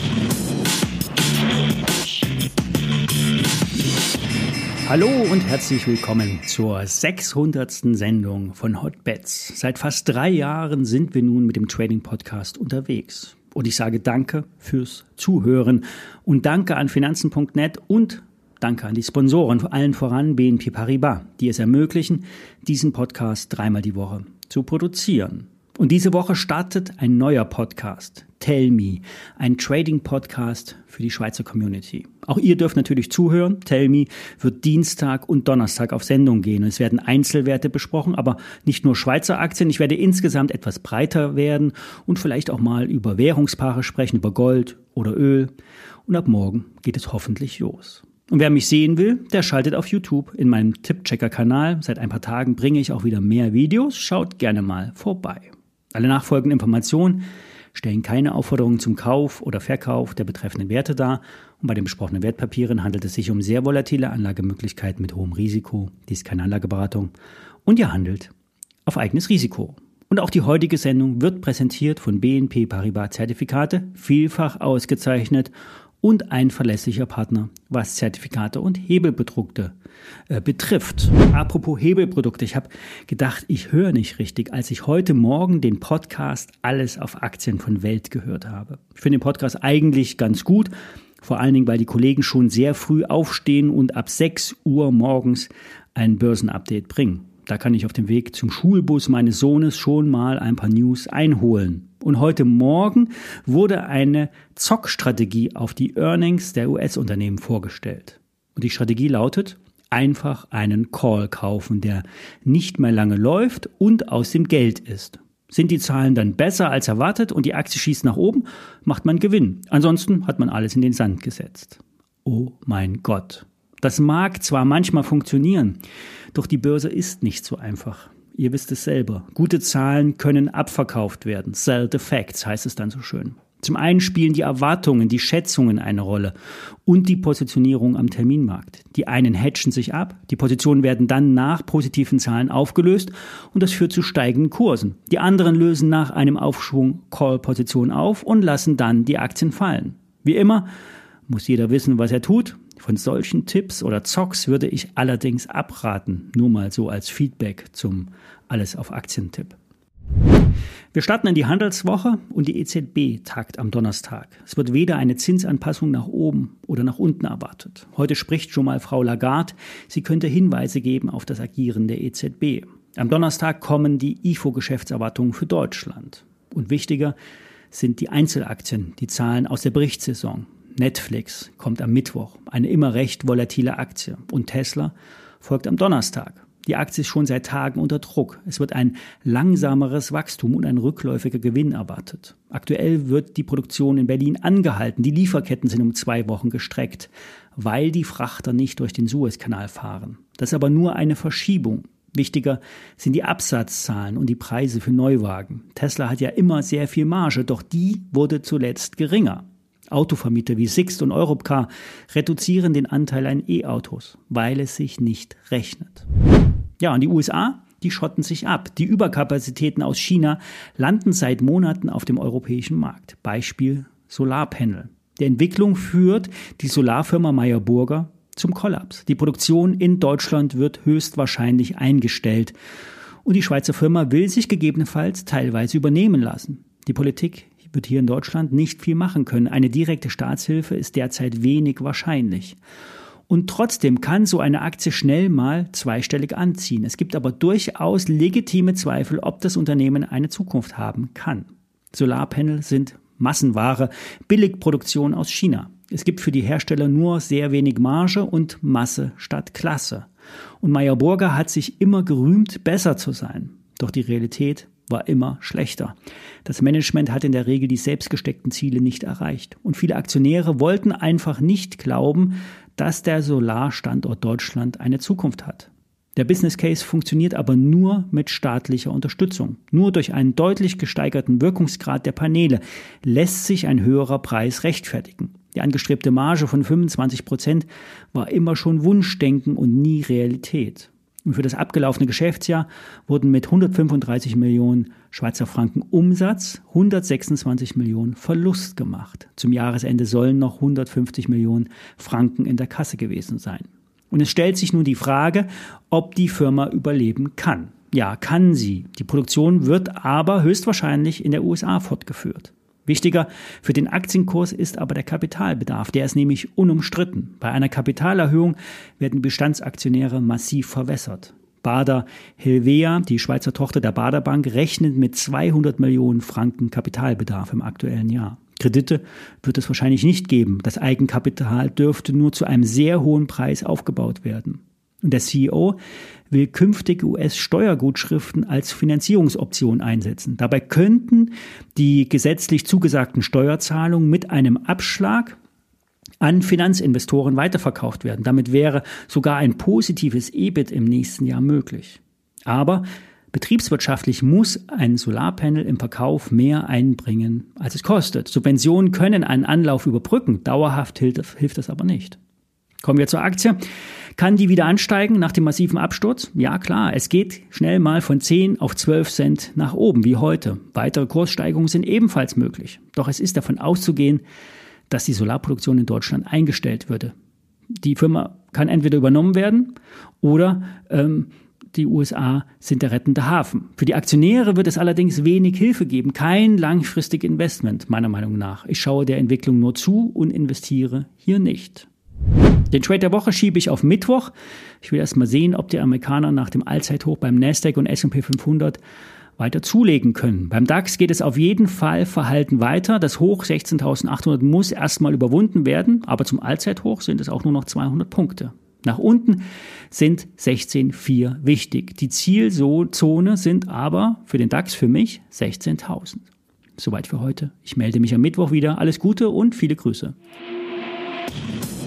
Hallo und herzlich willkommen zur 600. Sendung von Hotbets. Seit fast 3 Jahren sind wir nun mit dem Trading-Podcast unterwegs. Und ich sage danke fürs Zuhören und danke an Finanzen.net und danke an die Sponsoren, vor allen voran BNP Paribas, die es ermöglichen, diesen Podcast 3-mal die Woche zu produzieren. Und diese Woche startet ein neuer Podcast, Tell Me, ein Trading-Podcast für die Schweizer Community. Auch ihr dürft natürlich zuhören. Tell Me wird Dienstag und Donnerstag auf Sendung gehen. Es werden Einzelwerte besprochen, aber nicht nur Schweizer Aktien. Ich werde insgesamt etwas breiter werden und vielleicht auch mal über Währungspaare sprechen, über Gold oder Öl. Und ab morgen geht es hoffentlich los. Und wer mich sehen will, der schaltet auf YouTube in meinem Tippchecker-Kanal. Seit ein paar Tagen bringe ich auch wieder mehr Videos. Schaut gerne mal vorbei. Alle nachfolgenden Informationen stellen keine Aufforderungen zum Kauf oder Verkauf der betreffenden Werte dar. Und bei den besprochenen Wertpapieren handelt es sich um sehr volatile Anlagemöglichkeiten mit hohem Risiko. Dies ist keine Anlageberatung. Und ihr handelt auf eigenes Risiko. Und auch die heutige Sendung wird präsentiert von BNP Paribas Zertifikate, vielfach ausgezeichnet und ein verlässlicher Partner, was Zertifikate und Hebelprodukte betrifft. Apropos Hebelprodukte, ich habe gedacht, ich höre nicht richtig, als ich heute Morgen den Podcast Alles auf Aktien von Welt gehört habe. Ich finde den Podcast eigentlich ganz gut, vor allen Dingen, weil die Kollegen schon sehr früh aufstehen und ab 6 Uhr morgens ein Börsenupdate bringen. Da kann ich auf dem Weg zum Schulbus meines Sohnes schon mal ein paar News einholen. Und heute Morgen wurde eine Zockstrategie auf die Earnings der US-Unternehmen vorgestellt. Und die Strategie lautet, einfach einen Call kaufen, der nicht mehr lange läuft und aus dem Geld ist. Sind die Zahlen dann besser als erwartet und die Aktie schießt nach oben, macht man Gewinn. Ansonsten hat man alles in den Sand gesetzt. Oh mein Gott. Das mag zwar manchmal funktionieren, doch die Börse ist nicht so einfach. Ihr wisst es selber. Gute Zahlen können abverkauft werden. Sell the facts heißt es dann so schön. Zum einen spielen die Erwartungen, die Schätzungen eine Rolle und die Positionierung am Terminmarkt. Die einen hedgen sich ab, die Positionen werden dann nach positiven Zahlen aufgelöst und das führt zu steigenden Kursen. Die anderen lösen nach einem Aufschwung Call-Positionen auf und lassen dann die Aktien fallen. Wie immer muss jeder wissen, was er tut. Von solchen Tipps oder Zocks würde ich allerdings abraten. Nur mal so als Feedback zum Alles auf Aktien-Tipp. Wir starten in die Handelswoche und die EZB tagt am Donnerstag. Es wird weder eine Zinsanpassung nach oben oder nach unten erwartet. Heute spricht schon mal Frau Lagarde. Sie könnte Hinweise geben auf das Agieren der EZB. Am Donnerstag kommen die IFO-Geschäftserwartungen für Deutschland. Und wichtiger sind die Einzelaktien, die Zahlen aus der Berichtssaison. Netflix kommt am Mittwoch, eine immer recht volatile Aktie. Und Tesla folgt am Donnerstag. Die Aktie ist schon seit Tagen unter Druck. Es wird ein langsameres Wachstum und ein rückläufiger Gewinn erwartet. Aktuell wird die Produktion in Berlin angehalten. Die Lieferketten sind um 2 Wochen gestreckt, weil die Frachter nicht durch den Suezkanal fahren. Das ist aber nur eine Verschiebung. Wichtiger sind die Absatzzahlen und die Preise für Neuwagen. Tesla hat ja immer sehr viel Marge, doch die wurde zuletzt geringer. Autovermieter wie Sixt und Europcar reduzieren den Anteil an E-Autos, weil es sich nicht rechnet. Ja, und die USA, die schotten sich ab. Die Überkapazitäten aus China landen seit Monaten auf dem europäischen Markt. Beispiel Solarpanel. Der Entwicklung führt die Solarfirma Meyer Burger zum Kollaps. Die Produktion in Deutschland wird höchstwahrscheinlich eingestellt. Und die Schweizer Firma will sich gegebenenfalls teilweise übernehmen lassen. Die Politik wird hier in Deutschland nicht viel machen können. Eine direkte Staatshilfe ist derzeit wenig wahrscheinlich. Und trotzdem kann so eine Aktie schnell mal zweistellig anziehen. Es gibt aber durchaus legitime Zweifel, ob das Unternehmen eine Zukunft haben kann. Solarpanel sind Massenware, Billigproduktion aus China. Es gibt für die Hersteller nur sehr wenig Marge und Masse statt Klasse. Und Meyer Burger hat sich immer gerühmt, besser zu sein. Doch die Realität war immer schlechter. Das Management hat in der Regel die selbstgesteckten Ziele nicht erreicht. Und viele Aktionäre wollten einfach nicht glauben, dass der Solarstandort Deutschland eine Zukunft hat. Der Business Case funktioniert aber nur mit staatlicher Unterstützung. Nur durch einen deutlich gesteigerten Wirkungsgrad der Paneele lässt sich ein höherer Preis rechtfertigen. Die angestrebte Marge von 25% war immer schon Wunschdenken und nie Realität. Und für das abgelaufene Geschäftsjahr wurden mit 135 Millionen Schweizer Franken Umsatz 126 Millionen Verlust gemacht. Zum Jahresende sollen noch 150 Millionen Franken in der Kasse gewesen sein. Und es stellt sich nun die Frage, ob die Firma überleben kann. Ja, kann sie. Die Produktion wird aber höchstwahrscheinlich in der USA fortgeführt. Wichtiger für den Aktienkurs ist aber der Kapitalbedarf. Der ist nämlich unumstritten. Bei einer Kapitalerhöhung werden Bestandsaktionäre massiv verwässert. Baader Helvea, die Schweizer Tochter der Baader Bank, rechnet mit 200 Millionen Franken Kapitalbedarf im aktuellen Jahr. Kredite wird es wahrscheinlich nicht geben. Das Eigenkapital dürfte nur zu einem sehr hohen Preis aufgebaut werden. Und der CEO will künftig US-Steuergutschriften als Finanzierungsoption einsetzen. Dabei könnten die gesetzlich zugesagten Steuerzahlungen mit einem Abschlag an Finanzinvestoren weiterverkauft werden. Damit wäre sogar ein positives EBIT im nächsten Jahr möglich. Aber betriebswirtschaftlich muss ein Solarpanel im Verkauf mehr einbringen, als es kostet. Subventionen können einen Anlauf überbrücken, dauerhaft hilft das aber nicht. Kommen wir zur Aktie. Kann die wieder ansteigen nach dem massiven Absturz? Ja, klar. Es geht schnell mal von 10 auf 12 Cent nach oben, wie heute. Weitere Kurssteigerungen sind ebenfalls möglich. Doch es ist davon auszugehen, dass die Solarproduktion in Deutschland eingestellt würde. Die Firma kann entweder übernommen werden oder die USA sind der rettende Hafen. Für die Aktionäre wird es allerdings wenig Hilfe geben. Kein langfristiges Investment, meiner Meinung nach. Ich schaue der Entwicklung nur zu und investiere hier nicht. Den Trade der Woche schiebe ich auf Mittwoch. Ich will erst mal sehen, ob die Amerikaner nach dem Allzeithoch beim Nasdaq und S&P 500 weiter zulegen können. Beim DAX geht es auf jeden Fall verhalten weiter. Das Hoch 16.800 muss erstmal überwunden werden, aber zum Allzeithoch sind es auch nur noch 200 Punkte. Nach unten sind 16.4 wichtig. Die Zielzone sind aber für den DAX für mich 16.000. Soweit für heute. Ich melde mich am Mittwoch wieder. Alles Gute und viele Grüße.